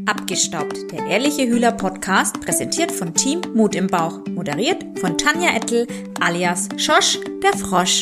Abgestaubt, der ehrliche Hühler-Podcast, präsentiert von Team Mut im Bauch, moderiert von Tanja Ettel alias Schosch, der Frosch.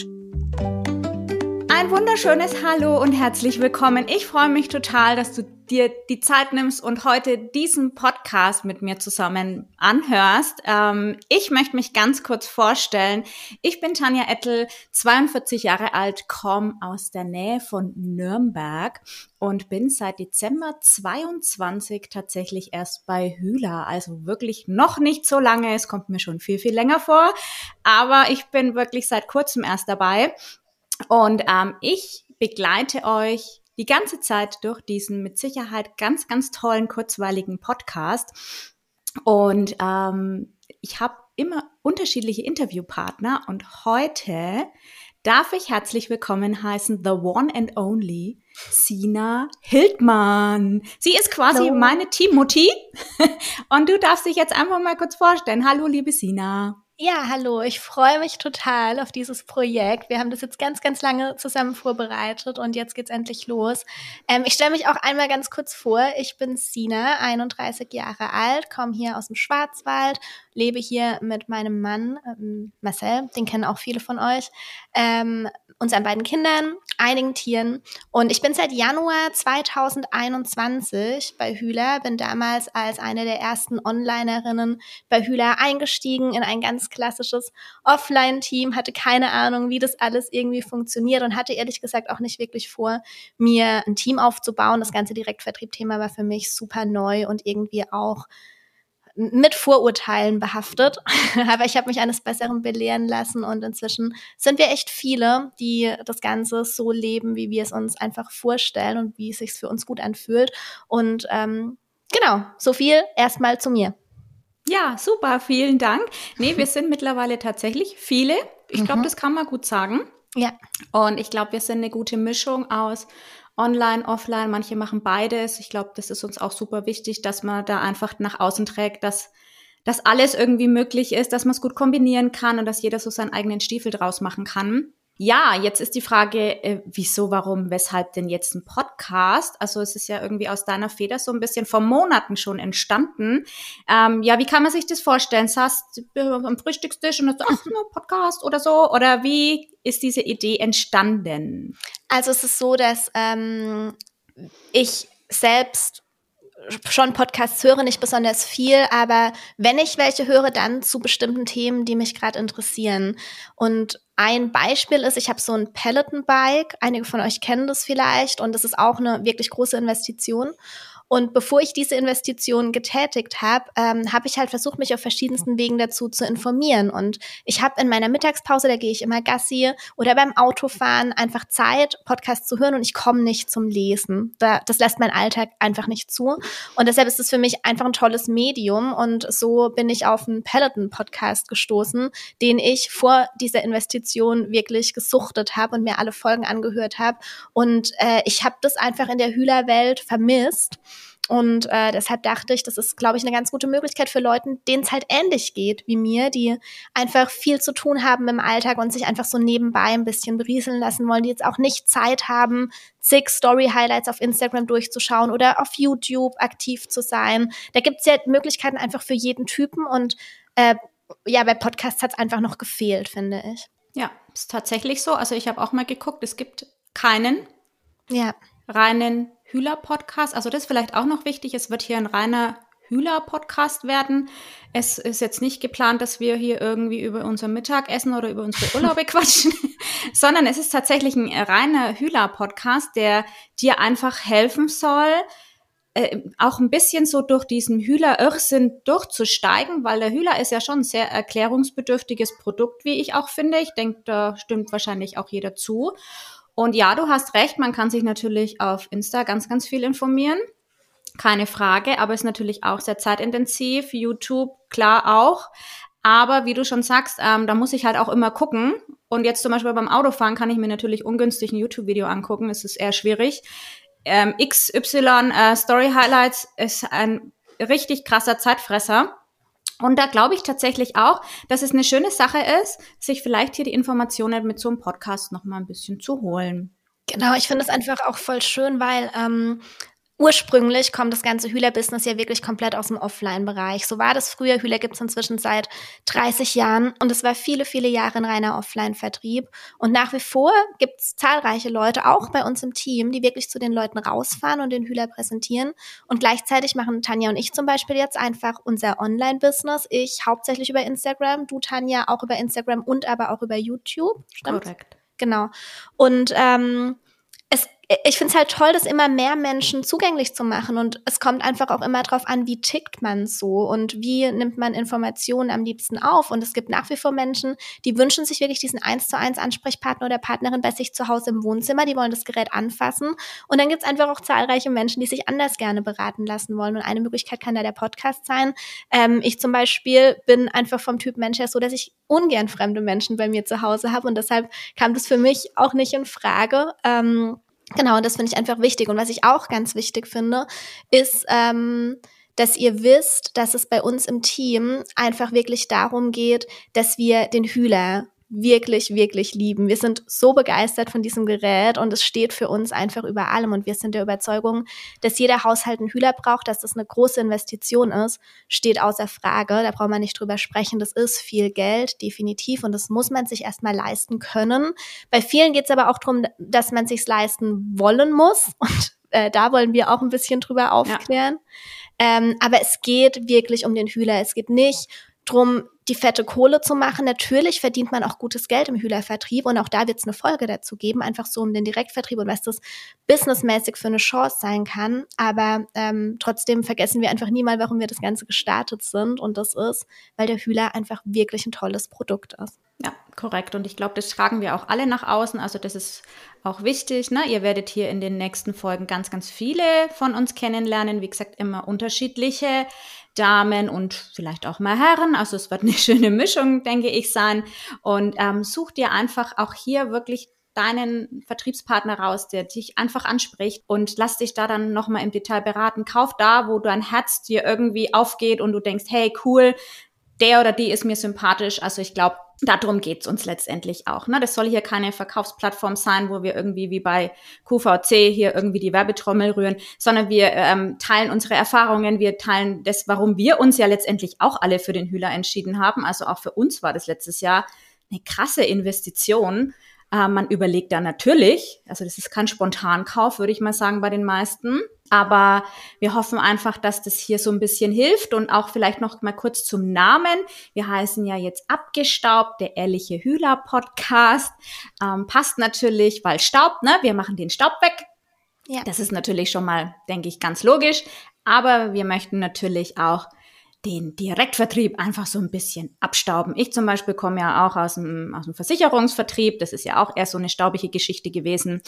Ein wunderschönes Hallo und herzlich willkommen. Ich freue mich total, dass du dir die Zeit nimmst und heute diesen Podcast mit mir zusammen anhörst. Ich möchte mich ganz kurz vorstellen. Ich bin Tanja Ettel, 42 Jahre alt, komme aus der Nähe von Nürnberg und bin seit Dezember 22 tatsächlich erst bei Hühler. Also wirklich noch nicht so lange, es kommt mir schon viel, viel länger vor, aber ich bin wirklich seit kurzem erst dabei. Und ich begleite euch die ganze Zeit durch diesen mit Sicherheit ganz, ganz tollen, kurzweiligen Podcast. Und ich habe immer unterschiedliche Interviewpartner. Und heute darf ich herzlich willkommen heißen the one and only Sina Hildmann. Sie ist quasi meine Teammutti. Und du darfst dich jetzt einfach mal kurz vorstellen. Hallo, liebe Sina. Ja, hallo, ich freue mich total auf dieses Projekt. Wir haben das jetzt ganz, ganz lange zusammen vorbereitet und jetzt geht's endlich los. Ich stelle mich auch einmal ganz kurz vor. Ich bin Sina, 31 Jahre alt, komme hier aus dem Schwarzwald, lebe hier mit meinem Mann Marcel, den kennen auch viele von euch, unseren beiden Kindern, einigen Tieren. Und ich bin seit Januar 2021 bei Hühler, bin damals als eine der ersten Onlinerinnen bei Hühler eingestiegen in ein ganz klassisches Offline-Team, hatte keine Ahnung, wie das alles irgendwie funktioniert und hatte ehrlich gesagt auch nicht wirklich vor, mir ein Team aufzubauen. Das ganze Direktvertrieb-Thema war für mich super neu und irgendwie auch mit Vorurteilen behaftet. Aber ich habe mich eines Besseren belehren lassen und inzwischen sind wir echt viele, die das Ganze so leben, wie wir es uns einfach vorstellen und wie es sich für uns gut anfühlt. Und genau, so viel erstmal zu mir. Ja, super, vielen Dank. Nee, wir sind mittlerweile tatsächlich viele. Ich glaube, das kann man gut sagen. Ja. Und ich glaube, wir sind eine gute Mischung aus Online, Offline. Manche machen beides. Ich glaube, das ist uns auch super wichtig, dass man da einfach nach außen trägt, dass alles irgendwie möglich ist, dass man es gut kombinieren kann und dass jeder so seinen eigenen Stiefel draus machen kann. Ja, jetzt ist die Frage, wieso, warum, weshalb denn jetzt ein Podcast? Also es ist ja irgendwie aus deiner Feder so ein bisschen vor Monaten schon entstanden. Ja, wie kann man sich das vorstellen? Saßt du am Frühstückstisch und hast ach, ein Podcast oder so? Oder wie ist diese Idee entstanden? Also es ist so, dass ich selbst schon Podcasts höre, nicht besonders viel, aber wenn ich welche höre, dann zu bestimmten Themen, die mich gerade interessieren. Und ein Beispiel ist, ich habe so ein Peloton-Bike, einige von euch kennen das vielleicht und das ist auch eine wirklich große Investition. Und bevor ich diese Investition getätigt habe, habe ich halt versucht, mich auf verschiedensten Wegen dazu zu informieren. Und ich habe in meiner Mittagspause, da gehe ich immer Gassi oder beim Autofahren einfach Zeit, Podcasts zu hören und ich komme nicht zum Lesen. Das lässt mein Alltag einfach nicht zu. Und deshalb ist es für mich einfach ein tolles Medium. Und so bin ich auf einen Peloton-Podcast gestoßen, den ich vor dieser Investition wirklich gesuchtet habe und mir alle Folgen angehört habe. Und ich habe das einfach in der Hühler-Welt vermisst. Und deshalb dachte ich, das ist, glaube ich, eine ganz gute Möglichkeit für Leute, denen es halt ähnlich geht wie mir, die einfach viel zu tun haben im Alltag und sich einfach so nebenbei ein bisschen berieseln lassen wollen, die jetzt auch nicht Zeit haben, zig Story-Highlights auf Instagram durchzuschauen oder auf YouTube aktiv zu sein. Da gibt es ja Möglichkeiten einfach für jeden Typen und ja, bei Podcasts hat es einfach noch gefehlt, finde ich. Ja, ist tatsächlich so. Also ich habe auch mal geguckt, es gibt keinen reinen Hühler-Podcast. Also das ist vielleicht auch noch wichtig. Es wird hier ein reiner Hühler-Podcast werden. Es ist jetzt nicht geplant, dass wir hier irgendwie über unser Mittagessen oder über unsere Urlaube quatschen, sondern es ist tatsächlich ein reiner Hühler-Podcast, der dir einfach helfen soll, auch ein bisschen so durch diesen Hühler-Irrsinn durchzusteigen, weil der Hühler ist ja schon ein sehr erklärungsbedürftiges Produkt, wie ich auch finde. Ich denke, da stimmt wahrscheinlich auch jeder zu. Und ja, du hast recht, man kann sich natürlich auf Insta ganz, ganz viel informieren. Keine Frage, aber ist natürlich auch sehr zeitintensiv. YouTube, klar auch. Aber wie du schon sagst, da muss ich halt auch immer gucken. Und jetzt zum Beispiel beim Autofahren kann ich mir natürlich ungünstig ein YouTube-Video angucken. Das ist eher schwierig. XY Story Highlights ist ein richtig krasser Zeitfresser. Und da glaube ich tatsächlich auch, dass es eine schöne Sache ist, sich vielleicht hier die Informationen mit so einem Podcast noch mal ein bisschen zu holen. Genau, ich finde es einfach auch voll schön, weil Ursprünglich kommt das ganze Hühler-Business ja wirklich komplett aus dem Offline-Bereich. So war das früher. Hühler gibt es inzwischen seit 30 Jahren und es war viele, viele Jahre ein reiner Offline-Vertrieb. Und nach wie vor gibt es zahlreiche Leute, auch bei uns im Team, die wirklich zu den Leuten rausfahren und den Hühler präsentieren. Und gleichzeitig machen Tanja und ich zum Beispiel jetzt einfach unser Online-Business. Ich hauptsächlich über Instagram, du Tanja auch über Instagram und aber auch über YouTube. Stimmt? Korrekt. Genau. Und ich finde es halt toll, das immer mehr Menschen zugänglich zu machen und es kommt einfach auch immer drauf an, wie tickt man so und wie nimmt man Informationen am liebsten auf. Und es gibt nach wie vor Menschen, die wünschen sich wirklich diesen 1:1 Ansprechpartner oder Partnerin bei sich zu Hause im Wohnzimmer, die wollen das Gerät anfassen. Und dann gibt es einfach auch zahlreiche Menschen, die sich anders gerne beraten lassen wollen. Und eine Möglichkeit kann da der Podcast sein. Ich zum Beispiel bin einfach vom Typ Mensch her so, dass ich ungern fremde Menschen bei mir zu Hause habe und deshalb kam das für mich auch nicht in Frage. Genau, und das finde ich einfach wichtig. Und was ich auch ganz wichtig finde, ist, dass ihr wisst, dass es bei uns im Team einfach wirklich darum geht, dass wir den Hühler wirklich, wirklich lieben. Wir sind so begeistert von diesem Gerät und es steht für uns einfach über allem. Und wir sind der Überzeugung, dass jeder Haushalt einen Hühler braucht, dass das eine große Investition ist, steht außer Frage. Da braucht man nicht drüber sprechen. Das ist viel Geld, definitiv. Und das muss man sich erstmal leisten können. Bei vielen geht es aber auch darum, dass man sich's leisten wollen muss. Und da wollen wir auch ein bisschen drüber aufklären. Ja. Aber es geht wirklich um den Hühler. Es geht nicht drum, die fette Kohle zu machen. Natürlich verdient man auch gutes Geld im Hühlervertrieb und auch da wird es eine Folge dazu geben, einfach so um den Direktvertrieb und was das businessmäßig für eine Chance sein kann. Aber trotzdem vergessen wir einfach nie mal, warum wir das Ganze gestartet sind und das ist, weil der Hühler einfach wirklich ein tolles Produkt ist. Ja, korrekt. Und ich glaube, das tragen wir auch alle nach außen. Also das ist auch wichtig. Ne? Ihr werdet hier in den nächsten Folgen ganz, ganz viele von uns kennenlernen. Wie gesagt, immer unterschiedliche Damen und vielleicht auch mal Herren. Also es wird eine schöne Mischung, denke ich, sein. Und such dir einfach auch hier wirklich deinen Vertriebspartner raus, der dich einfach anspricht und lass dich da dann nochmal im Detail beraten. Kauf da, wo dein Herz dir irgendwie aufgeht und du denkst, hey, cool, der oder die ist mir sympathisch. Also ich glaube, darum geht's uns letztendlich auch. Ne? Das soll hier keine Verkaufsplattform sein, wo wir irgendwie wie bei QVC hier irgendwie die Werbetrommel rühren, sondern wir teilen unsere Erfahrungen, wir teilen das, warum wir uns ja letztendlich auch alle für den Hühler entschieden haben. Also auch für uns war das letztes Jahr eine krasse Investition. Man überlegt da natürlich, also das ist kein Spontankauf, würde ich mal sagen, bei den meisten. Aber wir hoffen einfach, dass das hier so ein bisschen hilft und auch vielleicht noch mal kurz zum Namen. Wir heißen ja jetzt Abgestaubt, der ehrliche Hühler-Podcast. Passt natürlich, weil Staub, ne? Wir machen den Staub weg. Ja. Das ist natürlich schon mal, denke ich, ganz logisch. Aber wir möchten natürlich auch den Direktvertrieb einfach so ein bisschen abstauben. Ich zum Beispiel komme ja auch aus dem Versicherungsvertrieb. Das ist ja auch eher so eine staubige Geschichte gewesen.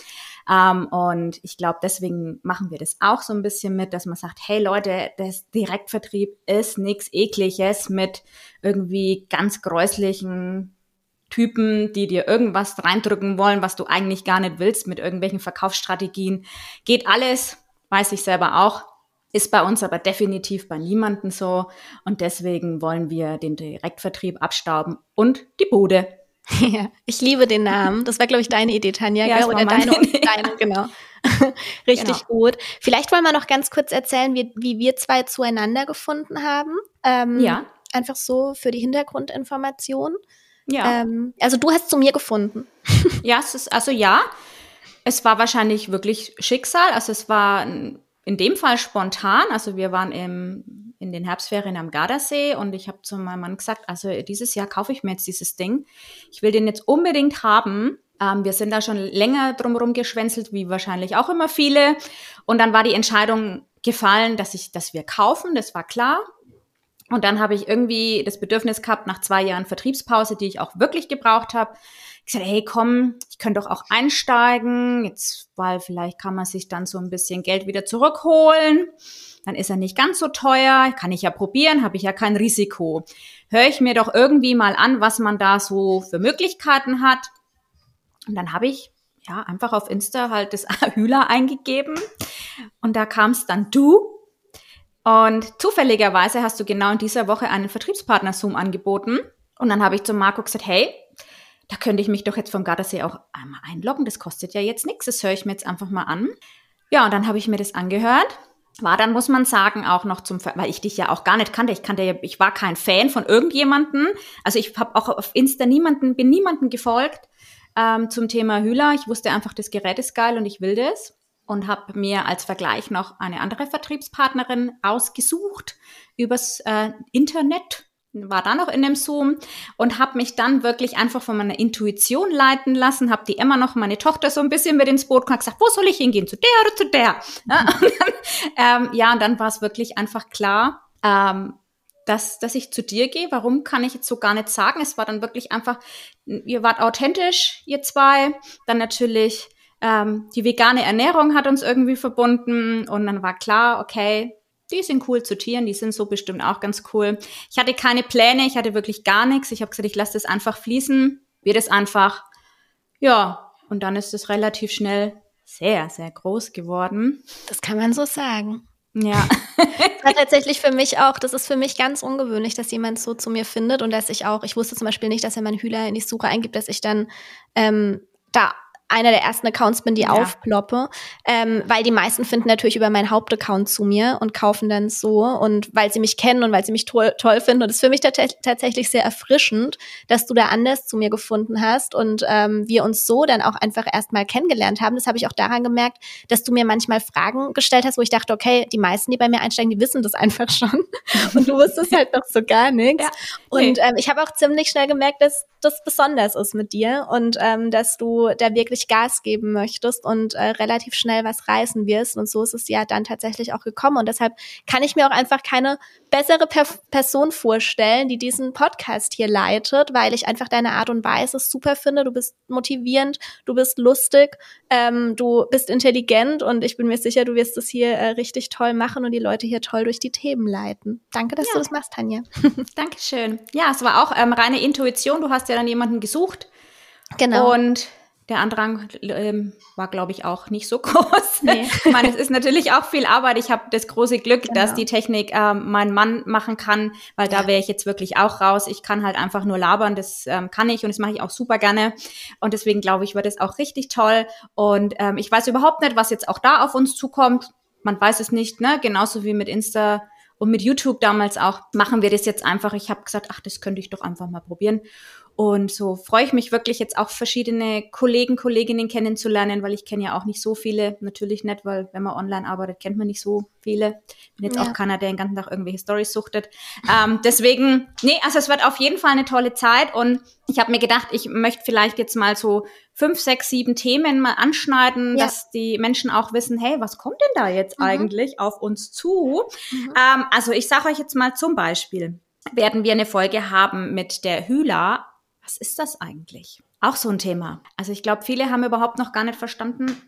Und ich glaube, deswegen machen wir das auch so ein bisschen mit, dass man sagt, hey Leute, das Direktvertrieb ist nichts Ekliges mit irgendwie ganz gräuslichen Typen, die dir irgendwas reindrücken wollen, was du eigentlich gar nicht willst, mit irgendwelchen Verkaufsstrategien. Geht alles, weiß ich selber auch. Ist bei uns aber definitiv bei niemandem so. Und deswegen wollen wir den Direktvertrieb abstauben und die Bude. Ja, ich liebe den Namen. Das war, glaube ich, deine Idee, Tanja. Ja, oder deine, genau. Richtig gut. Vielleicht wollen wir noch ganz kurz erzählen, wie wir zwei zueinander gefunden haben. Ja. Einfach so für die Hintergrundinformation. Ja. Also du hast zu mir gefunden. Ja, es war wahrscheinlich wirklich Schicksal. Also es war in dem Fall spontan, also wir waren in den Herbstferien am Gardasee und ich habe zu meinem Mann gesagt, also dieses Jahr kaufe ich mir jetzt dieses Ding. Ich will den jetzt unbedingt haben. Wir sind da schon länger drumherum geschwänzelt, wie wahrscheinlich auch immer viele. Und dann war die Entscheidung gefallen, dass wir kaufen, das war klar. Und dann habe ich irgendwie das Bedürfnis gehabt, nach 2 Jahren Vertriebspause, die ich auch wirklich gebraucht habe, gesagt, hey, komm, ich könnte doch auch einsteigen, jetzt, weil vielleicht kann man sich dann so ein bisschen Geld wieder zurückholen, dann ist er nicht ganz so teuer, kann ich ja probieren, habe ich ja kein Risiko. Höre ich mir doch irgendwie mal an, was man da so für Möglichkeiten hat. Und dann habe ich ja einfach auf Insta halt das Hühler eingegeben und da kam es dann du. Und zufälligerweise hast du genau in dieser Woche einen Vertriebspartner-Zoom angeboten. Und dann habe ich zu Marco gesagt, hey, da könnte ich mich doch jetzt vom Gardasee auch einmal einloggen. Das kostet ja jetzt nichts. Das höre ich mir jetzt einfach mal an. Ja, und dann habe ich mir das angehört. war dann, muss man sagen, auch noch weil ich dich ja auch gar nicht kannte. Ich war kein Fan von irgendjemanden. Also ich habe auch auf Insta bin niemanden gefolgt zum Thema Hühler. Ich wusste einfach, das Gerät ist geil und ich will das. Und habe mir als Vergleich noch eine andere Vertriebspartnerin ausgesucht übers Internet. War da noch in dem Zoom und habe mich dann wirklich einfach von meiner Intuition leiten lassen, habe die Emma noch, meine Tochter, so ein bisschen mit ins Boot und gesagt, wo soll ich hingehen, zu der oder zu der? Und dann war es wirklich einfach klar, dass ich zu dir gehe. Warum, kann ich jetzt so gar nicht sagen. Es war dann wirklich einfach, ihr wart authentisch, ihr zwei. Dann natürlich die vegane Ernährung hat uns irgendwie verbunden und dann war klar, okay, die sind cool zu Tieren, die sind so bestimmt auch ganz cool. Ich hatte keine Pläne, ich hatte wirklich gar nichts. Ich habe gesagt, ich lasse das einfach fließen, wird es einfach. Ja, und dann ist es relativ schnell sehr, sehr groß geworden. Das kann man so sagen. Ja. Das war tatsächlich für mich auch, das ist für mich ganz ungewöhnlich, dass jemand so zu mir findet und dass ich wusste zum Beispiel nicht, dass wenn man Hühler in die Suche eingibt, dass ich dann da einer der ersten Accounts bin, die aufploppe, weil die meisten finden natürlich über meinen Hauptaccount zu mir und kaufen dann so und weil sie mich kennen und weil sie mich toll finden und es ist für mich tatsächlich sehr erfrischend, dass du da anders zu mir gefunden hast und wir uns so dann auch einfach erstmal kennengelernt haben. Das habe ich auch daran gemerkt, dass du mir manchmal Fragen gestellt hast, wo ich dachte, okay, die meisten, die bei mir einsteigen, die wissen das einfach schon und du wusstest halt noch so gar nichts. Ja, und ich habe auch ziemlich schnell gemerkt, dass das besonders ist mit dir und dass du da wirklich Gas geben möchtest und relativ schnell was reißen wirst. Und so ist es ja dann tatsächlich auch gekommen. Und deshalb kann ich mir auch einfach keine bessere Person vorstellen, die diesen Podcast hier leitet, weil ich einfach deine Art und Weise super finde. Du bist motivierend, du bist lustig, du bist intelligent und ich bin mir sicher, du wirst es hier richtig toll machen und die Leute hier toll durch die Themen leiten. Danke, dass du das machst, Tanja. Dankeschön. Ja, es war auch reine Intuition. Du hast ja dann jemanden gesucht. Genau. Und der Andrang war, glaube ich, auch nicht so groß. Nee. Ich meine, es ist natürlich auch viel Arbeit. Ich habe das große Glück, dass die Technik mein Mann machen kann, weil da wäre ich jetzt wirklich auch raus. Ich kann halt einfach nur labern, das kann ich und das mache ich auch super gerne. Und deswegen, glaube ich, wird es auch richtig toll. Und ich weiß überhaupt nicht, was jetzt auch da auf uns zukommt. Man weiß es nicht, ne? Genauso wie mit Insta und mit YouTube damals auch, machen wir das jetzt einfach. Ich habe gesagt, ach, das könnte ich doch einfach mal probieren. Und so freue ich mich wirklich jetzt auch verschiedene Kolleginnen kennenzulernen, weil ich kenne ja auch nicht so viele, natürlich nicht, weil wenn man online arbeitet, kennt man nicht so viele. Bin jetzt auch keiner, der den ganzen Tag irgendwelche Storys suchtet. Deswegen, also es wird auf jeden Fall eine tolle Zeit und ich habe mir gedacht, ich möchte vielleicht jetzt mal so 5, 6, 7 Themen mal anschneiden, dass die Menschen auch wissen, hey, was kommt denn da jetzt eigentlich auf uns zu? Also ich sage euch jetzt mal zum Beispiel, werden wir eine Folge haben mit der Hühler. Was ist das eigentlich? Auch so ein Thema. Also ich glaube, viele haben überhaupt noch gar nicht verstanden,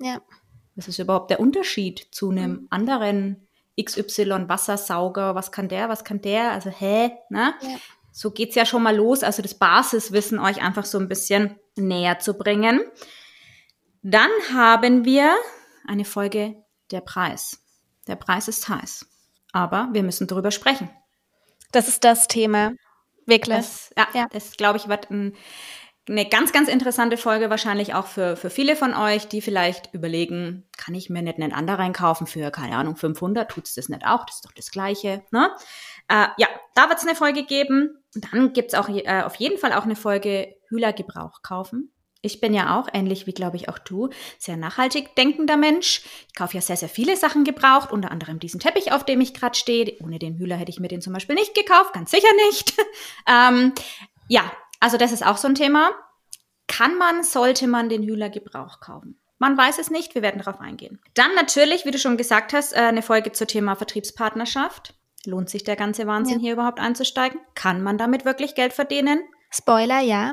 was ist überhaupt der Unterschied zu einem anderen XY-Wassersauger? Was kann der? Also ne? Ja. So geht's ja schon mal los. Also das Basiswissen euch einfach so ein bisschen näher zu bringen. Dann haben wir eine Folge der Preis. Der Preis ist heiß. Aber wir müssen darüber sprechen. Das ist das Thema. Wirklich. Das glaube ich, wird eine ganz, ganz interessante Folge wahrscheinlich auch für viele von euch, die vielleicht überlegen, kann ich mir nicht einen anderen kaufen für, keine Ahnung, 500, tut's das nicht auch? Das ist doch das Gleiche, ne? Da wird es eine Folge geben. Dann gibt's auch auf jeden Fall auch eine Folge Hühlergebrauch kaufen. Ich bin ja auch, ähnlich wie, glaube ich, auch du, sehr nachhaltig denkender Mensch. Ich kaufe ja sehr, sehr viele Sachen gebraucht, unter anderem diesen Teppich, auf dem ich gerade stehe. Ohne den Hühler hätte ich mir den zum Beispiel nicht gekauft, ganz sicher nicht. Also das ist auch so ein Thema. Sollte man den Hühlergebrauch kaufen? Man weiß es nicht, wir werden darauf eingehen. Dann natürlich, wie du schon gesagt hast, eine Folge zum Thema Vertriebspartnerschaft. Lohnt sich der ganze Wahnsinn hier überhaupt einzusteigen? Kann man damit wirklich Geld verdienen? Spoiler, ja.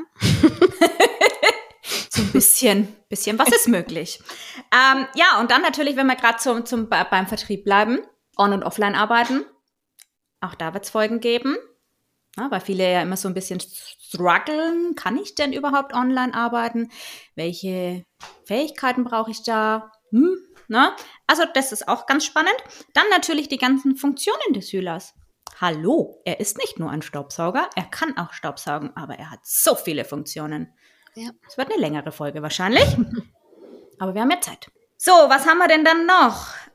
So ein bisschen was ist möglich. Und dann natürlich, wenn wir gerade beim Vertrieb bleiben, on- und offline arbeiten, auch da wird es Folgen geben, weil viele ja immer so ein bisschen strugglen. Kann ich denn überhaupt online arbeiten? Welche Fähigkeiten brauche ich da? Also das ist auch ganz spannend. Dann natürlich die ganzen Funktionen des Hühlers. Hallo, er ist nicht nur ein Staubsauger, er kann auch Staubsaugen, aber er hat so viele Funktionen. Ja. Es wird eine längere Folge wahrscheinlich, aber wir haben ja Zeit. So, was haben wir denn dann noch?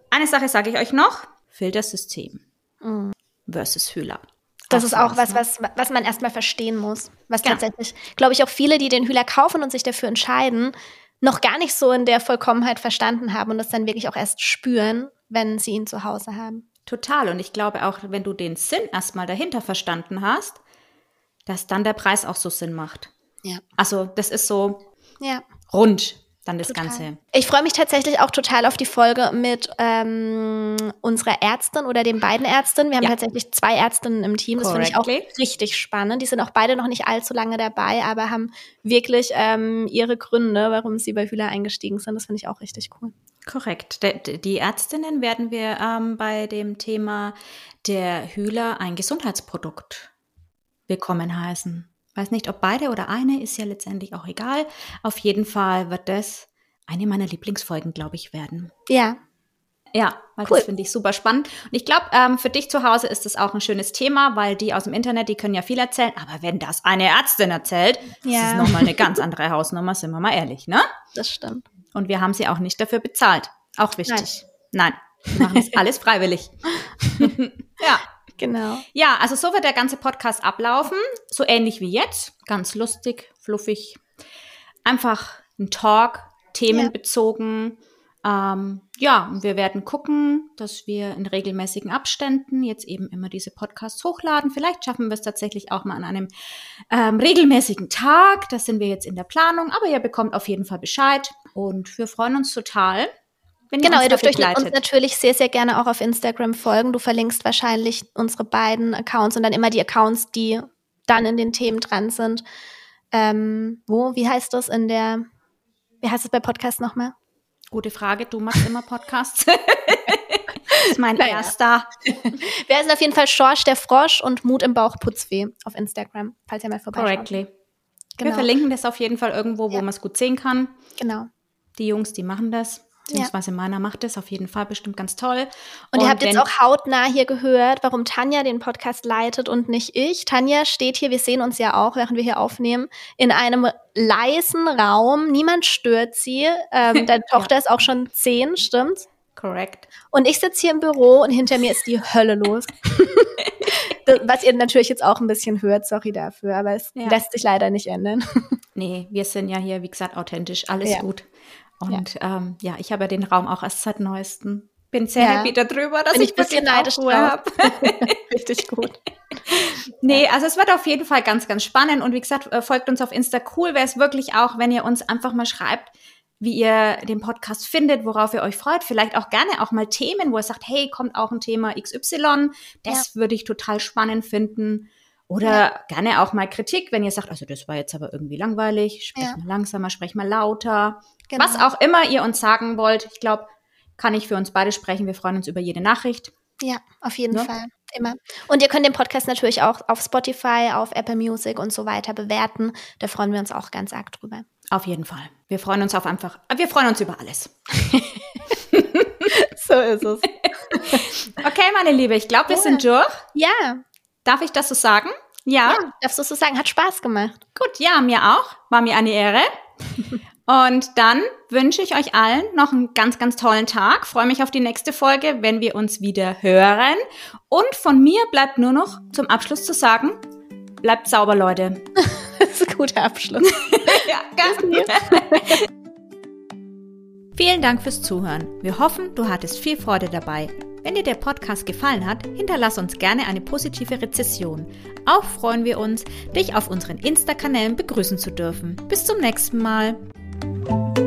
eine Sache sage ich euch noch. Filtersystem versus Hühler. Das ist auch was man erstmal verstehen muss. Was tatsächlich, glaube ich, auch viele, die den Hühler kaufen und sich dafür entscheiden, noch gar nicht so in der Vollkommenheit verstanden haben und das dann wirklich auch erst spüren, wenn sie ihn zu Hause haben. Total. Und ich glaube auch, wenn du den Sinn erstmal dahinter verstanden hast, dass dann der Preis auch so Sinn macht. Ja. Also das ist so rund dann das Ganze. Ich freue mich tatsächlich auch total auf die Folge mit unserer Ärztin oder den beiden Ärztinnen. Wir haben tatsächlich 2 Ärztinnen im Team. Das finde ich auch richtig spannend. Die sind auch beide noch nicht allzu lange dabei, aber haben wirklich ihre Gründe, warum sie bei Hühler eingestiegen sind. Das finde ich auch richtig cool. Korrekt. Die Ärztinnen werden wir bei dem Thema der Hühler ein Gesundheitsprodukt willkommen heißen. Weiß nicht, ob beide oder eine, ist ja letztendlich auch egal. Auf jeden Fall wird das eine meiner Lieblingsfolgen, glaube ich, werden. Ja. Ja, weil das finde ich super spannend. Und ich glaube, für dich zu Hause ist das auch ein schönes Thema, weil die aus dem Internet, die können ja viel erzählen. Aber wenn das eine Ärztin erzählt, das ist nochmal eine ganz andere Hausnummer, sind wir mal ehrlich, ne? Das stimmt. Und wir haben sie auch nicht dafür bezahlt. Auch wichtig. Nein, wir machen das alles freiwillig. Ja. Genau. Ja, also so wird der ganze Podcast ablaufen, so ähnlich wie jetzt, ganz lustig, fluffig, einfach ein Talk, themenbezogen. Und wir werden gucken, dass wir in regelmäßigen Abständen jetzt eben immer diese Podcasts hochladen. Vielleicht schaffen wir es tatsächlich auch mal an einem regelmäßigen Tag. Das sind wir jetzt in der Planung, aber ihr bekommt auf jeden Fall Bescheid und wir freuen uns total. Genau, ihr dürft euch uns natürlich sehr, sehr gerne auch auf Instagram folgen. Du verlinkst wahrscheinlich unsere beiden Accounts und dann immer die Accounts, die dann in den Themen dran sind. Wie heißt das wie heißt es bei Podcasts nochmal? Gute Frage, du machst immer Podcasts. Das ist mein erster. Wir heißen auf jeden Fall Schorsch der Frosch und Mut im Bauch Putzweh auf Instagram, falls ihr mal vorbeischaut. Correctly. Genau. Wir verlinken das auf jeden Fall irgendwo, wo man es gut sehen kann. Genau. Die Jungs, die machen das. Beziehungsweise meiner macht das auf jeden Fall bestimmt ganz toll. Und ihr habt jetzt auch hautnah hier gehört, warum Tanja den Podcast leitet und nicht ich. Tanja steht hier, wir sehen uns ja auch, während wir hier aufnehmen, in einem leisen Raum. Niemand stört sie. Deine Tochter ist auch schon 10, stimmt's? Correct. Und ich sitze hier im Büro und hinter mir ist die Hölle los. Was ihr natürlich jetzt auch ein bisschen hört, sorry dafür, aber es lässt sich leider nicht ändern. Nee, wir sind ja hier, wie gesagt, authentisch, alles gut. Und ich habe ja den Raum auch erst seit Neuestem. Bin sehr happy darüber, dass ich ein bisschen neidisch habe. Richtig gut. Nee, also es wird auf jeden Fall ganz, ganz spannend. Und wie gesagt, folgt uns auf Insta. Cool wäre es wirklich auch, wenn ihr uns einfach mal schreibt, wie ihr den Podcast findet, worauf ihr euch freut. Vielleicht auch gerne auch mal Themen, wo ihr sagt, hey, kommt auch ein Thema XY. Das würde ich total spannend finden. Oder gerne auch mal Kritik, wenn ihr sagt, also das war jetzt aber irgendwie langweilig, sprech mal langsamer, sprech mal lauter. Genau. Was auch immer ihr uns sagen wollt, ich glaube, kann ich für uns beide sprechen. Wir freuen uns über jede Nachricht. Ja, auf jeden Fall. Immer. Und ihr könnt den Podcast natürlich auch auf Spotify, auf Apple Music und so weiter bewerten. Da freuen wir uns auch ganz arg drüber. Auf jeden Fall. Wir freuen uns wir freuen uns über alles. So ist es. Okay, meine Liebe, ich glaube, wir sind durch. Ja. Darf ich das so sagen? Ja, darfst du so sagen. Hat Spaß gemacht. Gut, ja, mir auch. War mir eine Ehre. Und dann wünsche ich euch allen noch einen ganz, ganz tollen Tag. Freue mich auf die nächste Folge, wenn wir uns wieder hören. Und von mir bleibt nur noch zum Abschluss zu sagen, bleibt sauber, Leute. Das ist ein guter Abschluss. Ja, ganz Vielen Dank fürs Zuhören. Wir hoffen, du hattest viel Freude dabei. Wenn dir der Podcast gefallen hat, hinterlass uns gerne eine positive Rezession. Auch freuen wir uns, dich auf unseren Insta-Kanälen begrüßen zu dürfen. Bis zum nächsten Mal.